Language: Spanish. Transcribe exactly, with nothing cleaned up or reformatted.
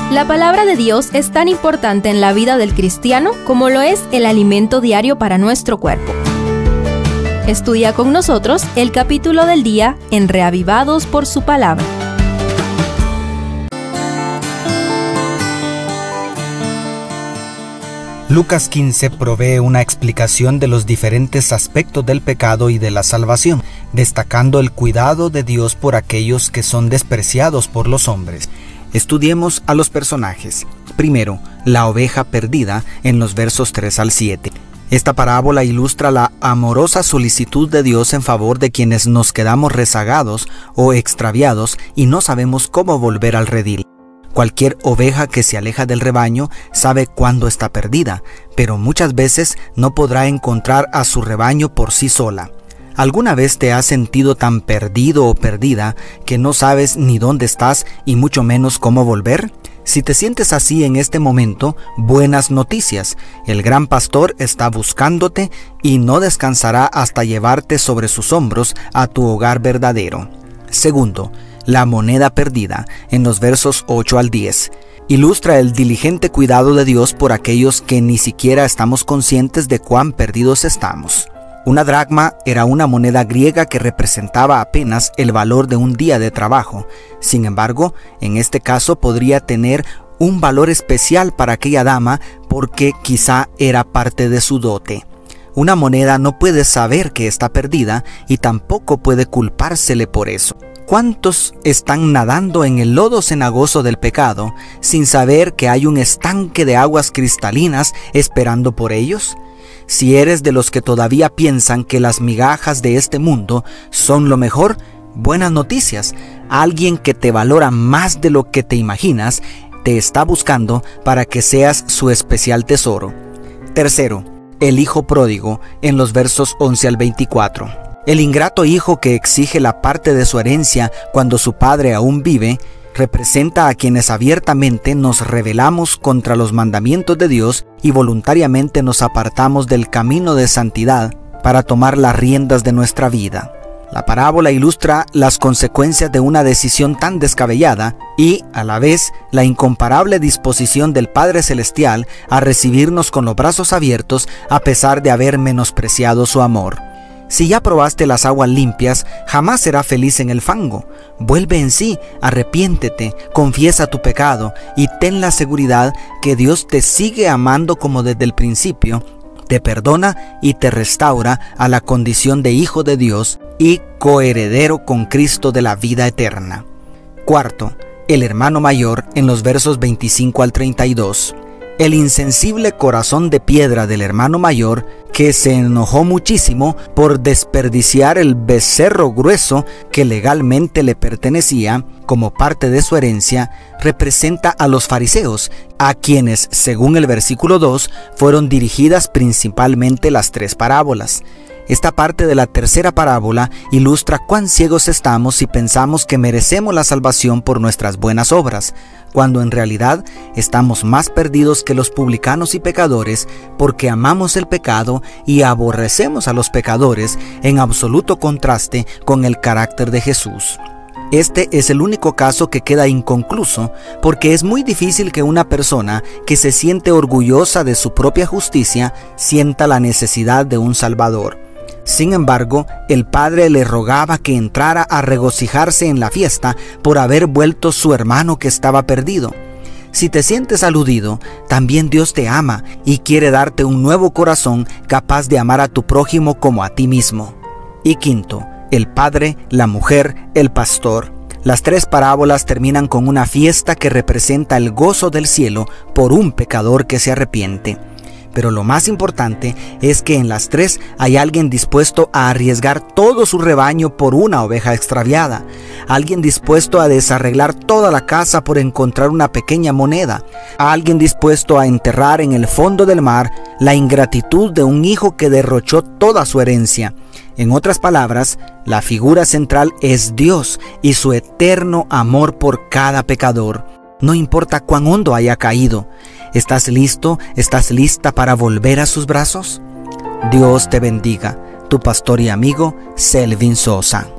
La palabra de Dios es tan importante en la vida del cristiano como lo es el alimento diario para nuestro cuerpo. Estudia con nosotros el capítulo del día en Reavivados por su palabra. Lucas quince provee una explicación de los diferentes aspectos del pecado y de la salvación, destacando el cuidado de Dios por aquellos que son despreciados por los hombres. Estudiemos a los personajes. Primero, la oveja perdida en los versos tres al siete. Esta parábola ilustra la amorosa solicitud de Dios en favor de quienes nos quedamos rezagados o extraviados y no sabemos cómo volver al redil. Cualquier oveja que se aleja del rebaño sabe cuándo está perdida, pero muchas veces no podrá encontrar a su rebaño por sí sola. ¿Alguna vez te has sentido tan perdido o perdida que no sabes ni dónde estás y mucho menos cómo volver? Si te sientes así en este momento, buenas noticias. El gran pastor está buscándote y no descansará hasta llevarte sobre sus hombros a tu hogar verdadero. Segundo, la moneda perdida, en los versos ocho al diez. Ilustra el diligente cuidado de Dios por aquellos que ni siquiera estamos conscientes de cuán perdidos estamos. Una dracma era una moneda griega que representaba apenas el valor de un día de trabajo. Sin embargo, en este caso podría tener un valor especial para aquella dama porque quizá era parte de su dote. Una moneda no puede saber que está perdida y tampoco puede culpársele por eso. ¿Cuántos están nadando en el lodo cenagoso del pecado sin saber que hay un estanque de aguas cristalinas esperando por ellos? Si eres de los que todavía piensan que las migajas de este mundo son lo mejor, buenas noticias. Alguien que te valora más de lo que te imaginas te está buscando para que seas su especial tesoro. Tercero, el hijo pródigo, en los versos once al veinticuatro. El ingrato hijo que exige la parte de su herencia cuando su padre aún vive, representa a quienes abiertamente nos rebelamos contra los mandamientos de Dios y voluntariamente nos apartamos del camino de santidad para tomar las riendas de nuestra vida. La parábola ilustra las consecuencias de una decisión tan descabellada y, a la vez, la incomparable disposición del Padre Celestial a recibirnos con los brazos abiertos a pesar de haber menospreciado su amor. Si ya probaste las aguas limpias, jamás serás feliz en el fango. Vuelve en sí, arrepiéntete, confiesa tu pecado y ten la seguridad que Dios te sigue amando como desde el principio, te perdona y te restaura a la condición de hijo de Dios y coheredero con Cristo de la vida eterna. Cuarto, el hermano mayor, en los versos veinticinco al treinta y dos. El insensible corazón de piedra del hermano mayor, que se enojó muchísimo por desperdiciar el becerro grueso que legalmente le pertenecía como parte de su herencia, representa a los fariseos, a quienes, según el versículo dos, fueron dirigidas principalmente las tres parábolas. Esta parte de la tercera parábola ilustra cuán ciegos estamos si pensamos que merecemos la salvación por nuestras buenas obras, cuando en realidad estamos más perdidos que los publicanos y pecadores porque amamos el pecado y aborrecemos a los pecadores, en absoluto contraste con el carácter de Jesús. Este es el único caso que queda inconcluso, porque es muy difícil que una persona que se siente orgullosa de su propia justicia sienta la necesidad de un Salvador. Sin embargo, el padre le rogaba que entrara a regocijarse en la fiesta por haber vuelto su hermano que estaba perdido. Si te sientes aludido, también Dios te ama y quiere darte un nuevo corazón capaz de amar a tu prójimo como a ti mismo. Y quinto, el padre, la mujer, el pastor. Las tres parábolas terminan con una fiesta que representa el gozo del cielo por un pecador que se arrepiente. Pero lo más importante es que en las tres hay alguien dispuesto a arriesgar todo su rebaño por una oveja extraviada, alguien dispuesto a desarreglar toda la casa por encontrar una pequeña moneda, alguien dispuesto a enterrar en el fondo del mar la ingratitud de un hijo que derrochó toda su herencia. En otras palabras, la figura central es Dios y su eterno amor por cada pecador. No importa cuán hondo haya caído. ¿Estás listo? ¿Estás lista para volver a sus brazos? Dios te bendiga. Tu pastor y amigo, Selvin Sosa.